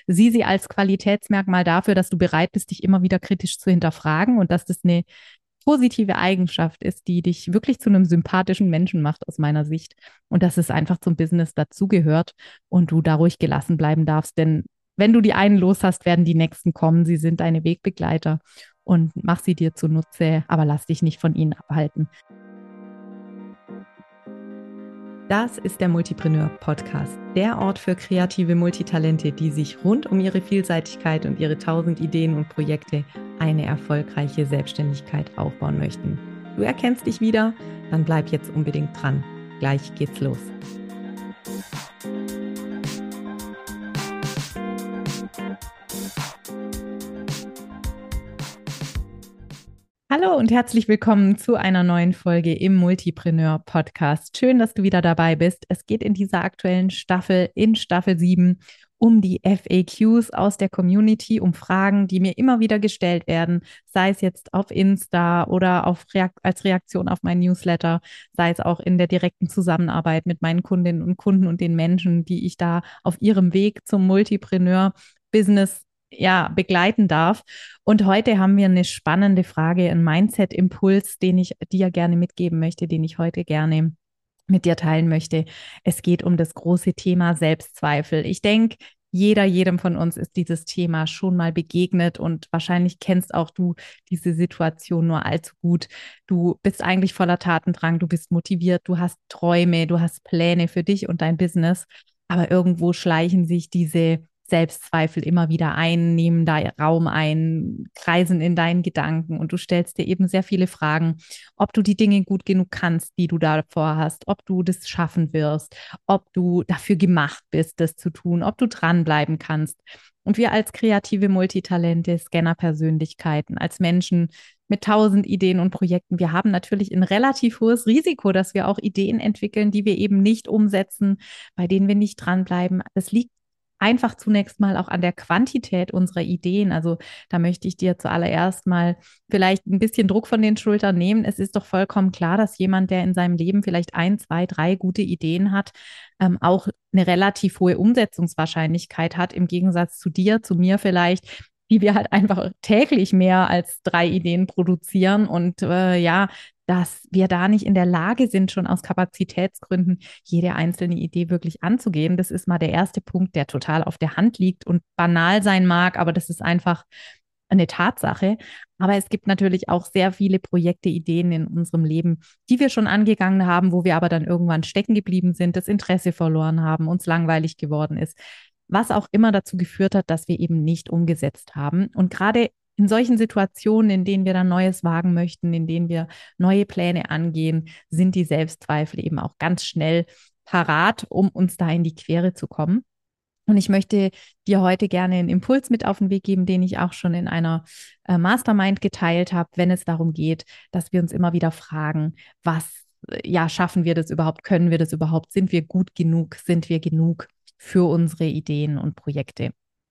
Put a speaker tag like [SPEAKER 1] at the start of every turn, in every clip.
[SPEAKER 1] sieh sie als Qualitätsmerkmal dafür, dass du bereit bist, dich immer wieder kritisch zu hinterfragen und dass das eine positive Eigenschaft ist, die dich wirklich zu einem sympathischen Menschen macht aus meiner Sicht und dass es einfach zum Business dazugehört und du da ruhig gelassen bleiben darfst, denn wenn du die einen los hast, werden die nächsten kommen. Sie sind deine Wegbegleiter und mach sie dir zunutze, aber lass dich nicht von ihnen abhalten. Das ist der Multipreneur Podcast, der Ort für kreative Multitalente, die sich rund um ihre Vielseitigkeit und ihre 1000 Ideen und Projekte eine erfolgreiche Selbstständigkeit aufbauen möchten. Du erkennst dich wieder? Dann bleib jetzt unbedingt dran. Gleich geht's los. Hallo und herzlich willkommen zu einer neuen Folge im Multipreneur Podcast. Schön, dass du wieder dabei bist. Es geht in dieser aktuellen Staffel, in Staffel 7, um die FAQs aus der Community, um Fragen, die mir immer wieder gestellt werden, sei es jetzt auf Insta oder als Reaktion auf meinen Newsletter, sei es auch in der direkten Zusammenarbeit mit meinen Kundinnen und Kunden und den Menschen, die ich da auf ihrem Weg zum Multipreneur-Business begleiten darf. Und heute haben wir eine spannende Frage, einen Mindset-Impuls, den ich dir gerne mitgeben möchte, den ich heute gerne mit dir teilen möchte. Es geht um das große Thema Selbstzweifel. Ich denke, jedem von uns ist dieses Thema schon mal begegnet und wahrscheinlich kennst auch du diese Situation nur allzu gut. Du bist eigentlich voller Tatendrang, du bist motiviert, du hast Träume, du hast Pläne für dich und dein Business, aber irgendwo schleichen sich diese Selbstzweifel immer wieder ein, nehmen da Raum ein, kreisen in deinen Gedanken und du stellst dir eben sehr viele Fragen, ob du die Dinge gut genug kannst, die du da vorhast, ob du das schaffen wirst, ob du dafür gemacht bist, das zu tun, ob du dranbleiben kannst. Und wir als kreative Multitalente, Scanner-Persönlichkeiten, als Menschen mit 1000 Ideen und Projekten, wir haben natürlich ein relativ hohes Risiko, dass wir auch Ideen entwickeln, die wir eben nicht umsetzen, bei denen wir nicht dranbleiben. Das liegt einfach zunächst mal auch an der Quantität unserer Ideen. Also da möchte ich dir zuallererst mal vielleicht ein bisschen Druck von den Schultern nehmen. Es ist doch vollkommen klar, dass jemand, der in seinem Leben vielleicht ein, zwei, drei gute Ideen hat, auch eine relativ hohe Umsetzungswahrscheinlichkeit hat, im Gegensatz zu dir, zu mir vielleicht, die wir halt einfach täglich mehr als 3 Ideen produzieren und dass wir da nicht in der Lage sind, schon aus Kapazitätsgründen jede einzelne Idee wirklich anzugehen. Das ist mal der erste Punkt, der total auf der Hand liegt und banal sein mag, aber das ist einfach eine Tatsache. Aber es gibt natürlich auch sehr viele Projekte, Ideen in unserem Leben, die wir schon angegangen haben, wo wir aber dann irgendwann stecken geblieben sind, das Interesse verloren haben, uns langweilig geworden ist, was auch immer dazu geführt hat, dass wir eben nicht umgesetzt haben. Und gerade in solchen Situationen, in denen wir dann Neues wagen möchten, in denen wir neue Pläne angehen, sind die Selbstzweifel eben auch ganz schnell parat, um uns da in die Quere zu kommen. Und ich möchte dir heute gerne einen Impuls mit auf den Weg geben, den ich auch schon in einer Mastermind geteilt habe, wenn es darum geht, dass wir uns immer wieder fragen, schaffen wir das überhaupt? Können wir das überhaupt? Sind wir gut genug? Sind wir genug für unsere Ideen und Projekte?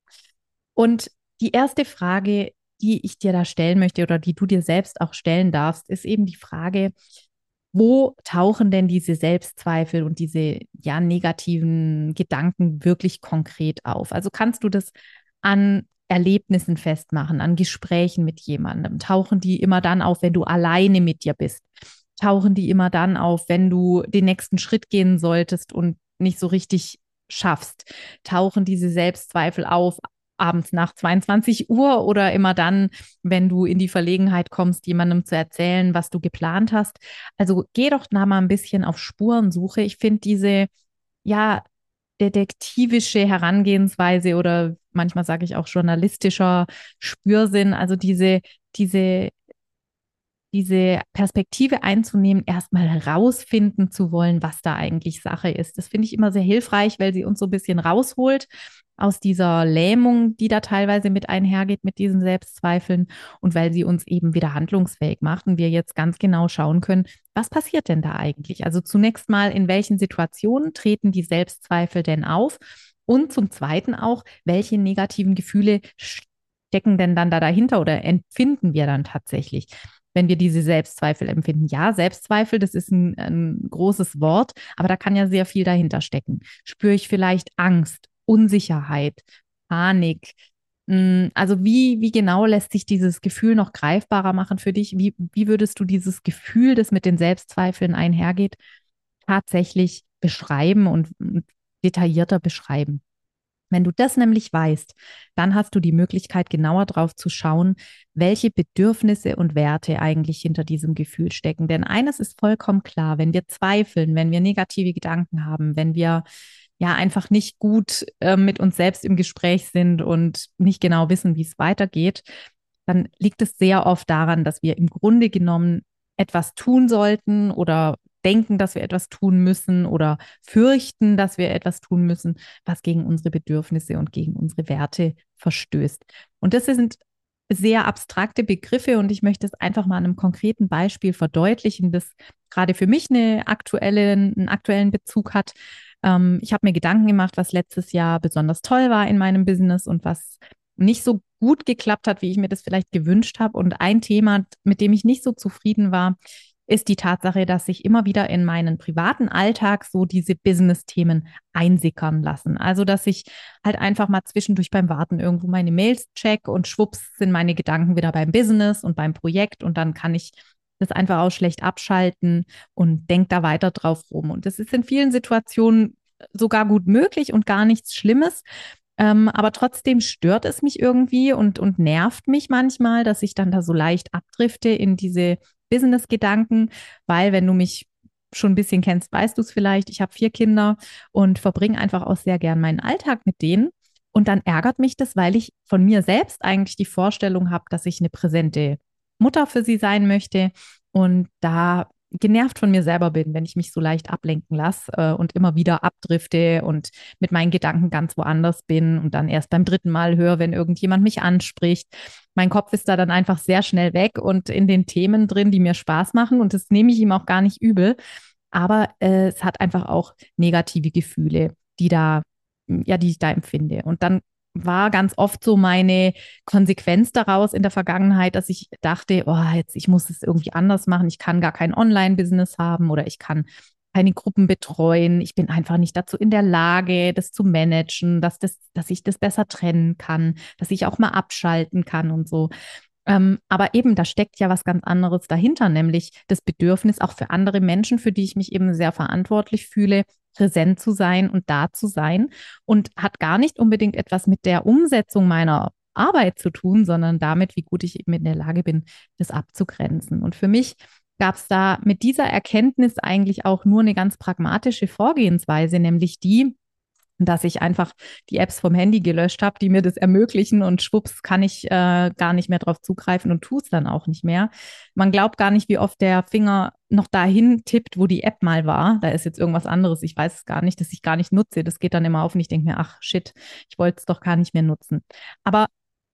[SPEAKER 1] Und die erste Frage, die ich dir da stellen möchte oder die du dir selbst auch stellen darfst, ist eben die Frage, wo tauchen denn diese Selbstzweifel und diese negativen Gedanken wirklich konkret auf? Also kannst du das an Erlebnissen festmachen, an Gesprächen mit jemandem? Tauchen die immer dann auf, wenn du alleine mit dir bist? Tauchen die immer dann auf, wenn du den nächsten Schritt gehen solltest und nicht so richtig schaffst? Tauchen diese Selbstzweifel auf abends nach 22 Uhr oder immer dann, wenn du in die Verlegenheit kommst, jemandem zu erzählen, was du geplant hast? Also geh doch da mal ein bisschen auf Spurensuche. Ich finde diese, ja, detektivische Herangehensweise oder manchmal sage ich auch journalistischer Spürsinn, also diese diese Perspektive einzunehmen, erstmal herausfinden zu wollen, was da eigentlich Sache ist. Das finde ich immer sehr hilfreich, weil sie uns so ein bisschen rausholt aus dieser Lähmung, die da teilweise mit einhergeht, mit diesen Selbstzweifeln und weil sie uns eben wieder handlungsfähig macht und wir jetzt ganz genau schauen können, was passiert denn da eigentlich? Also zunächst mal, in welchen Situationen treten die Selbstzweifel denn auf? Und zum Zweiten auch, welche negativen Gefühle stecken denn dann da dahinter oder empfinden wir dann tatsächlich, wenn wir diese Selbstzweifel empfinden? Ja, Selbstzweifel, das ist ein großes Wort, aber da kann ja sehr viel dahinter stecken. Spüre ich vielleicht Angst, Unsicherheit? Panik. Also wie genau lässt sich dieses Gefühl noch greifbarer machen für dich? Wie würdest du dieses Gefühl, das mit den Selbstzweifeln einhergeht, tatsächlich beschreiben und detaillierter beschreiben? Wenn du das nämlich weißt, dann hast du die Möglichkeit, genauer drauf zu schauen, welche Bedürfnisse und Werte eigentlich hinter diesem Gefühl stecken. Denn eines ist vollkommen klar, wenn wir zweifeln, wenn wir negative Gedanken haben, wenn wir ja einfach nicht gut mit uns selbst im Gespräch sind und nicht genau wissen, wie es weitergeht, dann liegt es sehr oft daran, dass wir im Grunde genommen etwas tun sollten oder denken, dass wir etwas tun müssen oder fürchten, dass wir etwas tun müssen, was gegen unsere Bedürfnisse und gegen unsere Werte verstößt. Und das sind sehr abstrakte Begriffe und ich möchte es einfach mal an einem konkreten Beispiel verdeutlichen, das gerade für mich einen aktuellen Bezug hat. Ich habe mir Gedanken gemacht, was letztes Jahr besonders toll war in meinem Business und was nicht so gut geklappt hat, wie ich mir das vielleicht gewünscht habe. Und ein Thema, mit dem ich nicht so zufrieden war, ist die Tatsache, dass sich immer wieder in meinen privaten Alltag so diese Business-Themen einsickern lassen. Also, dass ich halt einfach mal zwischendurch beim Warten irgendwo meine Mails check und schwupps sind meine Gedanken wieder beim Business und beim Projekt und dann kann ich das einfach auch schlecht abschalten und denke da weiter drauf rum. Und das ist in vielen Situationen sogar gut möglich und gar nichts Schlimmes. Aber trotzdem stört es mich irgendwie und nervt mich manchmal, dass ich dann da so leicht abdrifte in diese Business-Gedanken, weil wenn du mich schon ein bisschen kennst, weißt du es vielleicht, ich habe 4 Kinder und verbringe einfach auch sehr gern meinen Alltag mit denen. Und dann ärgert mich das, weil ich von mir selbst eigentlich die Vorstellung habe, dass ich eine präsente Mutter für sie sein möchte und da genervt von mir selber bin, wenn ich mich so leicht ablenken lasse und immer wieder abdrifte und mit meinen Gedanken ganz woanders bin und dann erst beim dritten Mal höre, wenn irgendjemand mich anspricht. Mein Kopf ist da dann einfach sehr schnell weg und in den Themen drin, die mir Spaß machen und das nehme ich ihm auch gar nicht übel. Aber es hat einfach auch negative Gefühle, die ich da empfinde. Und dann war ganz oft so meine Konsequenz daraus in der Vergangenheit, dass ich dachte, oh, ich muss es irgendwie anders machen. Ich kann gar kein Online-Business haben oder ich kann keine Gruppen betreuen. Ich bin einfach nicht dazu in der Lage, das zu managen, dass ich das besser trennen kann, dass ich auch mal abschalten kann und so. Aber eben, da steckt ja was ganz anderes dahinter, nämlich das Bedürfnis, auch für andere Menschen, für die ich mich eben sehr verantwortlich fühle, präsent zu sein und da zu sein und hat gar nicht unbedingt etwas mit der Umsetzung meiner Arbeit zu tun, sondern damit, wie gut ich eben in der Lage bin, das abzugrenzen. Und für mich gab es da mit dieser Erkenntnis eigentlich auch nur eine ganz pragmatische Vorgehensweise, nämlich die, dass ich einfach die Apps vom Handy gelöscht habe, die mir das ermöglichen und schwupps kann ich gar nicht mehr drauf zugreifen und tue es dann auch nicht mehr. Man glaubt gar nicht, wie oft der Finger noch dahin tippt, wo die App mal war. Da ist jetzt irgendwas anderes. Ich weiß es gar nicht, dass ich gar nicht nutze. Das geht dann immer auf und ich denke mir, ach shit, ich wollte es doch gar nicht mehr nutzen. Aber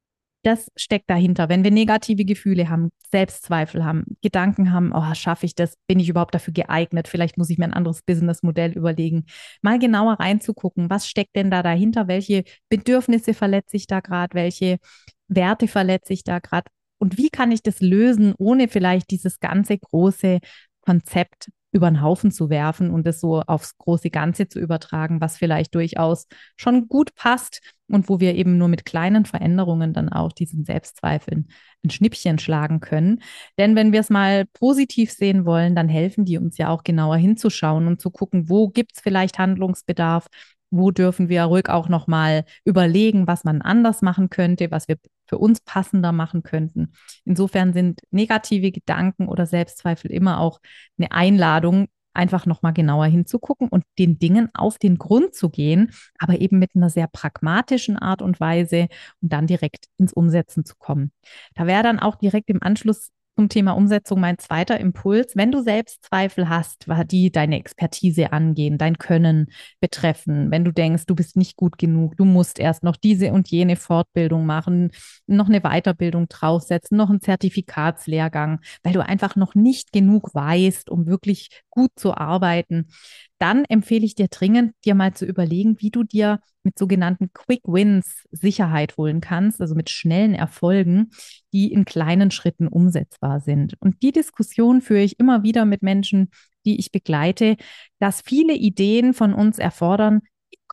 [SPEAKER 1] das steckt dahinter. Wenn wir negative Gefühle haben, Selbstzweifel haben, Gedanken haben, oh, schaffe ich das? Bin ich überhaupt dafür geeignet? Vielleicht muss ich mir ein anderes Businessmodell überlegen. Mal genauer reinzugucken, was steckt denn da dahinter? Welche Bedürfnisse verletze ich da gerade? Welche Werte verletze ich da gerade? Und wie kann ich das lösen, ohne vielleicht dieses ganze große Konzept über den Haufen zu werfen und es so aufs große Ganze zu übertragen, was vielleicht durchaus schon gut passt und wo wir eben nur mit kleinen Veränderungen dann auch diesen Selbstzweifeln ein Schnippchen schlagen können. Denn wenn wir es mal positiv sehen wollen, dann helfen die uns ja auch genauer hinzuschauen und zu gucken, wo gibt es vielleicht Handlungsbedarf, wo dürfen wir ruhig auch nochmal überlegen, was man anders machen könnte, was wir für uns passender machen könnten. Insofern sind negative Gedanken oder Selbstzweifel immer auch eine Einladung, einfach nochmal genauer hinzugucken und den Dingen auf den Grund zu gehen, aber eben mit einer sehr pragmatischen Art und Weise und dann direkt ins Umsetzen zu kommen. Da wäre dann auch direkt im Anschluss zum Thema Umsetzung mein zweiter Impuls. Wenn du Selbstzweifel hast, die deine Expertise angehen, dein Können betreffen, wenn du denkst, du bist nicht gut genug, du musst erst noch diese und jene Fortbildung machen, noch eine Weiterbildung draufsetzen, noch einen Zertifikatslehrgang, weil du einfach noch nicht genug weißt, um wirklich gut zu arbeiten, dann empfehle ich dir dringend, dir mal zu überlegen, wie du dir mit sogenannten Quick Wins Sicherheit holen kannst, also mit schnellen Erfolgen, die in kleinen Schritten umsetzbar sind. Und die Diskussion führe ich immer wieder mit Menschen, die ich begleite, dass viele Ideen von uns erfordern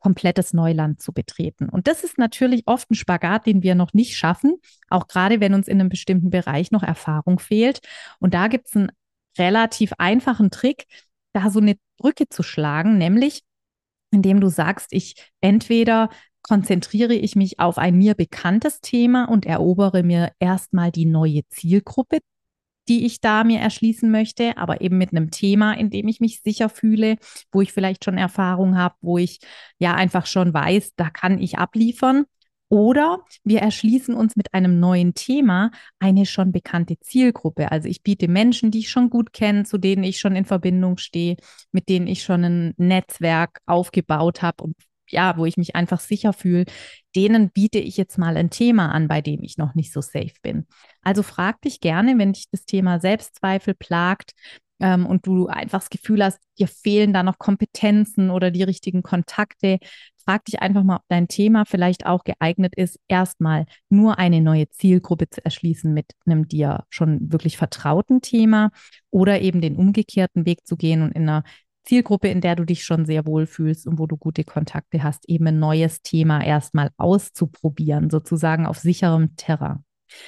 [SPEAKER 1] komplettes Neuland zu betreten. Und das ist natürlich oft ein Spagat, den wir noch nicht schaffen, auch gerade wenn uns in einem bestimmten Bereich noch Erfahrung fehlt. Und da gibt es einen relativ einfachen Trick, da so eine Brücke zu schlagen, nämlich indem du sagst, ich entweder konzentriere ich mich auf ein mir bekanntes Thema und erobere mir erstmal die neue Zielgruppe, die ich da mir erschließen möchte, aber eben mit einem Thema, in dem ich mich sicher fühle, wo ich vielleicht schon Erfahrung habe, wo ich ja einfach schon weiß, da kann ich abliefern. Oder wir erschließen uns mit einem neuen Thema eine schon bekannte Zielgruppe. Also ich biete Menschen, die ich schon gut kenne, zu denen ich schon in Verbindung stehe, mit denen ich schon ein Netzwerk aufgebaut habe und ja, wo ich mich einfach sicher fühle, denen biete ich jetzt mal ein Thema an, bei dem ich noch nicht so safe bin. Also frag dich gerne, wenn dich das Thema Selbstzweifel plagt, und du einfach das Gefühl hast, dir fehlen da noch Kompetenzen oder die richtigen Kontakte, frag dich einfach mal, ob dein Thema vielleicht auch geeignet ist, erstmal nur eine neue Zielgruppe zu erschließen mit einem dir schon wirklich vertrauten Thema oder eben den umgekehrten Weg zu gehen und in einer Zielgruppe, in der du dich schon sehr wohl fühlst und wo du gute Kontakte hast, eben ein neues Thema erstmal auszuprobieren, sozusagen auf sicherem Terrain.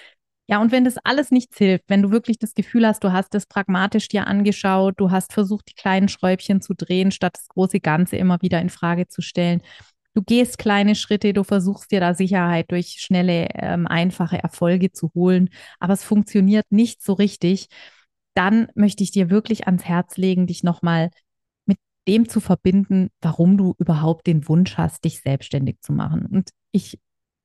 [SPEAKER 1] Ja, und wenn das alles nichts hilft, wenn du wirklich das Gefühl hast, du hast es pragmatisch dir angeschaut, du hast versucht, die kleinen Schräubchen zu drehen, statt das große Ganze immer wieder in Frage zu stellen. Du gehst kleine Schritte, du versuchst dir da Sicherheit durch schnelle, einfache Erfolge zu holen, aber es funktioniert nicht so richtig. Dann möchte ich dir wirklich ans Herz legen, dich nochmal mit dem zu verbinden, warum du überhaupt den Wunsch hast, dich selbstständig zu machen. Und ich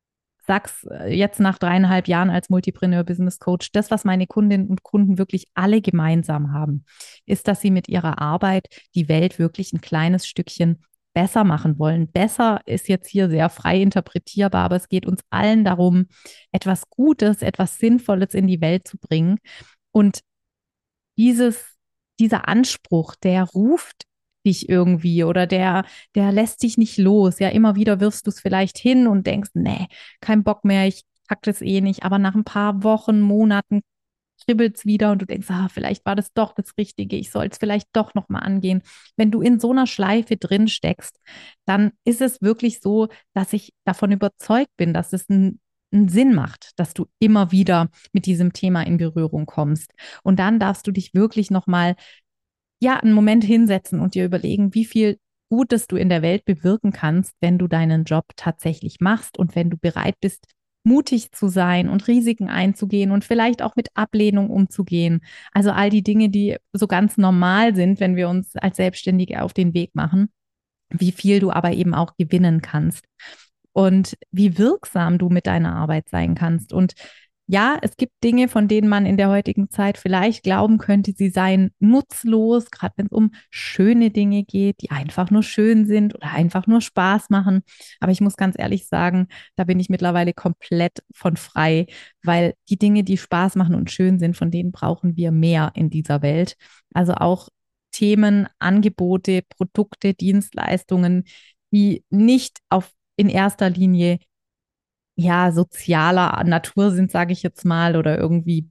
[SPEAKER 1] sag's jetzt nach 3,5 Jahren als Multipreneur Business Coach, das, was meine Kundinnen und Kunden wirklich alle gemeinsam haben, ist, dass sie mit ihrer Arbeit die Welt wirklich ein kleines Stückchen besser machen wollen. Besser ist jetzt hier sehr frei interpretierbar, aber es geht uns allen darum, etwas Gutes, etwas Sinnvolles in die Welt zu bringen. Und dieses, dieser Anspruch, der ruft dich irgendwie oder der lässt dich nicht los. Ja, immer wieder wirfst du es vielleicht hin und denkst, nee, kein Bock mehr, ich pack das eh nicht. Aber nach ein paar Wochen, Monaten kribbelt es wieder und du denkst, vielleicht war das doch das Richtige, ich soll es vielleicht doch nochmal angehen. Wenn du in so einer Schleife drin steckst, dann ist es wirklich so, dass ich davon überzeugt bin, dass es einen Sinn macht, dass du immer wieder mit diesem Thema in Berührung kommst. Und dann darfst du dich wirklich nochmal, ja, einen Moment hinsetzen und dir überlegen, wie viel Gutes du in der Welt bewirken kannst, wenn du deinen Job tatsächlich machst und wenn du bereit bist, mutig zu sein und Risiken einzugehen und vielleicht auch mit Ablehnung umzugehen. Also all die Dinge, die so ganz normal sind, wenn wir uns als Selbstständige auf den Weg machen, wie viel du aber eben auch gewinnen kannst und wie wirksam du mit deiner Arbeit sein kannst. Und ja, es gibt Dinge, von denen man in der heutigen Zeit vielleicht glauben könnte, sie seien nutzlos, gerade wenn es um schöne Dinge geht, die einfach nur schön sind oder einfach nur Spaß machen. Aber ich muss ganz ehrlich sagen, da bin ich mittlerweile komplett von frei, weil die Dinge, die Spaß machen und schön sind, von denen brauchen wir mehr in dieser Welt. Also auch Themen, Angebote, Produkte, Dienstleistungen, die nicht auf in erster Linie ja sozialer Natur sind, sage ich jetzt mal, oder irgendwie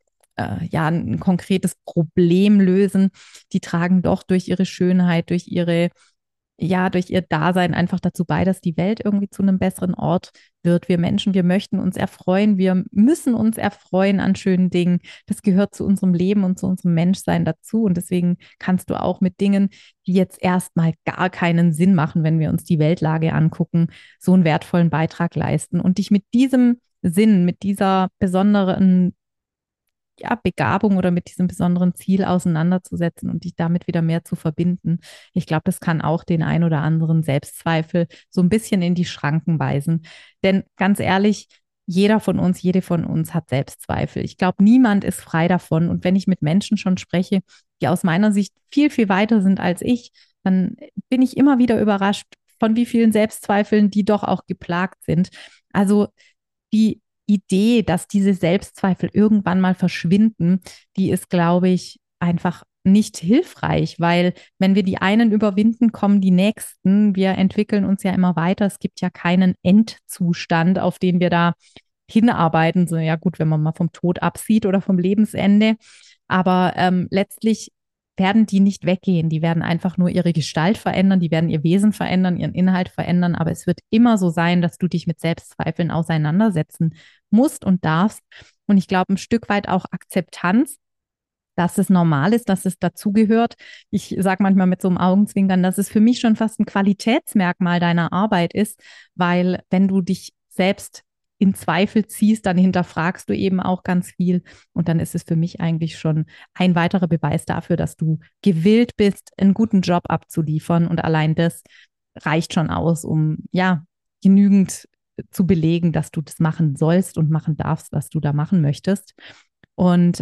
[SPEAKER 1] ja ein konkretes Problem lösen, die tragen doch durch ihre Schönheit, durch ihre ja, durch ihr Dasein einfach dazu bei, dass die Welt irgendwie zu einem besseren Ort wird. Wir Menschen, wir möchten uns erfreuen, wir müssen uns erfreuen an schönen Dingen. Das gehört zu unserem Leben und zu unserem Menschsein dazu. Und deswegen kannst du auch mit Dingen, die jetzt erstmal gar keinen Sinn machen, wenn wir uns die Weltlage angucken, so einen wertvollen Beitrag leisten und dich mit diesem Sinn, mit dieser besonderen ja, Begabung oder mit diesem besonderen Ziel auseinanderzusetzen und dich damit wieder mehr zu verbinden. Ich glaube, das kann auch den ein oder anderen Selbstzweifel so ein bisschen in die Schranken weisen. Denn ganz ehrlich, jeder von uns, jede von uns hat Selbstzweifel. Ich glaube, niemand ist frei davon. Und wenn ich mit Menschen schon spreche, die aus meiner Sicht viel, viel weiter sind als ich, dann bin ich immer wieder überrascht von wie vielen Selbstzweifeln die doch auch geplagt sind. Also die Idee, dass diese Selbstzweifel irgendwann mal verschwinden, die ist, glaube ich, einfach nicht hilfreich, weil wenn wir die einen überwinden, kommen die nächsten. Wir entwickeln uns ja immer weiter. Es gibt ja keinen Endzustand, auf den wir da hinarbeiten. So, ja gut, wenn man mal vom Tod absieht oder vom Lebensende. Aber letztlich werden die nicht weggehen. Die werden einfach nur ihre Gestalt verändern, die werden ihr Wesen verändern, ihren Inhalt verändern. Aber es wird immer so sein, dass du dich mit Selbstzweifeln auseinandersetzen musst und darfst. Und ich glaube, ein Stück weit auch Akzeptanz, dass es normal ist, dass es dazugehört. Ich sage manchmal mit so einem Augenzwinkern, dass es für mich schon fast ein Qualitätsmerkmal deiner Arbeit ist, weil wenn du dich selbst in Zweifel ziehst, dann hinterfragst du eben auch ganz viel. Und dann ist es für mich eigentlich schon ein weiterer Beweis dafür, dass du gewillt bist, einen guten Job abzuliefern. Und allein das reicht schon aus, um ja genügend zu belegen, dass du das machen sollst und machen darfst, was du da machen möchtest. Und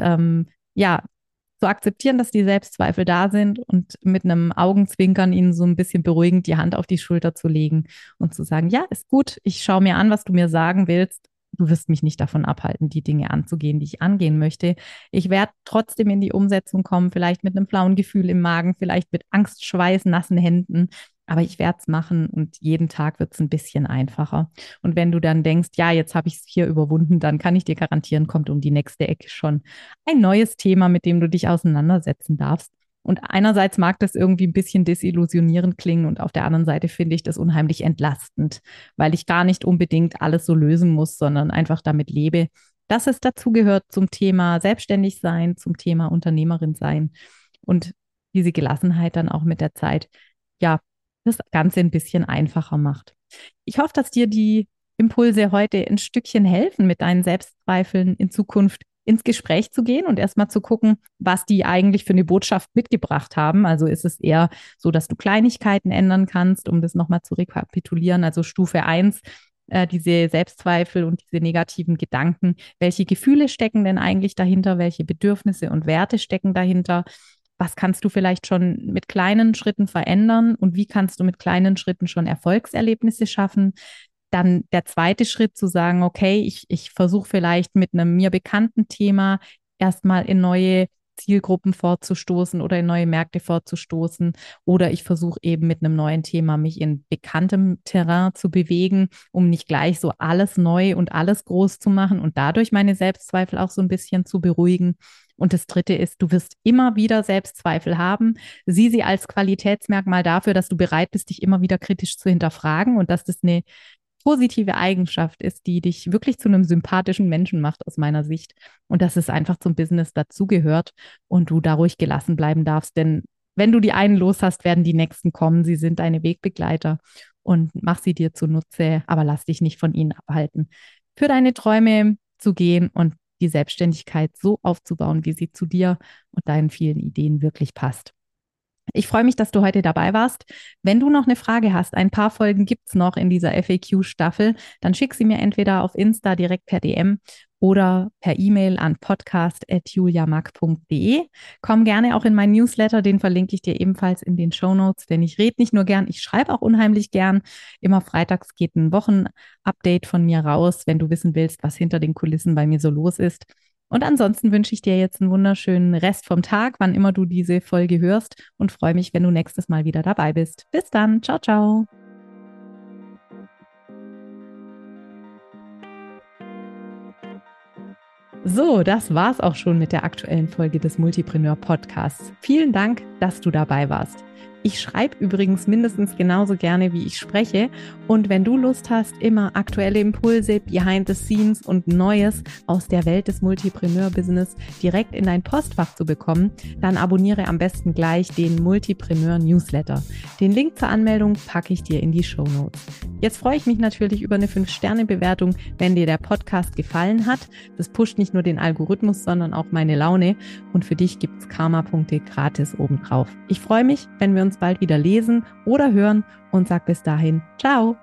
[SPEAKER 1] ja, zu akzeptieren, dass die Selbstzweifel da sind und mit einem Augenzwinkern ihnen so ein bisschen beruhigend die Hand auf die Schulter zu legen und zu sagen, ja, ist gut, ich schaue mir an, was du mir sagen willst. Du wirst mich nicht davon abhalten, die Dinge anzugehen, die ich angehen möchte. Ich werde trotzdem in die Umsetzung kommen, vielleicht mit einem flauen Gefühl im Magen, vielleicht mit Angst, Schweiß, nassen Händen. Aber ich werde es machen und jeden Tag wird es ein bisschen einfacher. Und wenn du dann denkst, ja, jetzt habe ich es hier überwunden, dann kann ich dir garantieren, kommt um die nächste Ecke schon ein neues Thema, mit dem du dich auseinandersetzen darfst. Und einerseits mag das irgendwie ein bisschen desillusionierend klingen und auf der anderen Seite finde ich das unheimlich entlastend, weil ich gar nicht unbedingt alles so lösen muss, sondern einfach damit lebe, dass es dazugehört zum Thema Selbstständig sein, zum Thema Unternehmerin sein und diese Gelassenheit dann auch mit der Zeit, ja, das Ganze ein bisschen einfacher macht. Ich hoffe, dass dir die Impulse heute ein Stückchen helfen, mit deinen Selbstzweifeln in Zukunft ins Gespräch zu gehen und erstmal zu gucken, was die eigentlich für eine Botschaft mitgebracht haben. Also ist es eher so, dass du Kleinigkeiten ändern kannst, um das nochmal zu rekapitulieren. Also Stufe 1, diese Selbstzweifel und diese negativen Gedanken. Welche Gefühle stecken denn eigentlich dahinter? Welche Bedürfnisse und Werte stecken dahinter? Was kannst du vielleicht schon mit kleinen Schritten verändern und wie kannst du mit kleinen Schritten schon Erfolgserlebnisse schaffen? Dann der zweite Schritt zu sagen, okay, ich versuche vielleicht mit einem mir bekannten Thema erstmal in neue Zielgruppen vorzustoßen oder in neue Märkte vorzustoßen. Oder ich versuche eben mit einem neuen Thema mich in bekanntem Terrain zu bewegen, um nicht gleich so alles neu und alles groß zu machen und dadurch meine Selbstzweifel auch so ein bisschen zu beruhigen. Und das Dritte ist, du wirst immer wieder Selbstzweifel haben. Sieh sie als Qualitätsmerkmal dafür, dass du bereit bist, dich immer wieder kritisch zu hinterfragen und dass das eine positive Eigenschaft ist, die dich wirklich zu einem sympathischen Menschen macht aus meiner Sicht. Und dass es einfach zum Business dazugehört und du da ruhig gelassen bleiben darfst. Denn wenn du die einen los hast, werden die nächsten kommen. Sie sind deine Wegbegleiter und mach sie dir zunutze, aber lass dich nicht von ihnen abhalten, für deine Träume zu gehen und die Selbstständigkeit so aufzubauen, wie sie zu dir und deinen vielen Ideen wirklich passt. Ich freue mich, dass du heute dabei warst. Wenn du noch eine Frage hast, ein paar Folgen gibt es noch in dieser FAQ-Staffel, dann schick sie mir entweder auf Insta direkt per DM oder per E-Mail an podcast@juliamack.de. Komm gerne auch in meinen Newsletter, den verlinke ich dir ebenfalls in den Shownotes, denn ich rede nicht nur gern, ich schreibe auch unheimlich gern. Immer freitags geht ein Wochenupdate von mir raus, wenn du wissen willst, was hinter den Kulissen bei mir so los ist. Und ansonsten wünsche ich dir jetzt einen wunderschönen Rest vom Tag, wann immer du diese Folge hörst und freue mich, wenn du nächstes Mal wieder dabei bist. Bis dann. Ciao, ciao. So, das war's auch schon mit der aktuellen Folge des Multipreneur Podcasts. Vielen Dank, dass du dabei warst. Ich schreibe übrigens mindestens genauso gerne, wie ich spreche. Und wenn du Lust hast, immer aktuelle Impulse, Behind the Scenes und Neues aus der Welt des Multipreneur-Business direkt in dein Postfach zu bekommen, dann abonniere am besten gleich den Multipreneur Newsletter. Den Link zur Anmeldung packe ich dir in die Shownotes. Jetzt freue ich mich natürlich über eine 5-Sterne-Bewertung, wenn dir der Podcast gefallen hat. Das pusht nicht nur den Algorithmus, sondern auch meine Laune. Und für dich gibt es Karma-Punkte gratis obendrauf. Ich freue mich, wenn wir uns bald wieder lesen oder hören und sag bis dahin, ciao.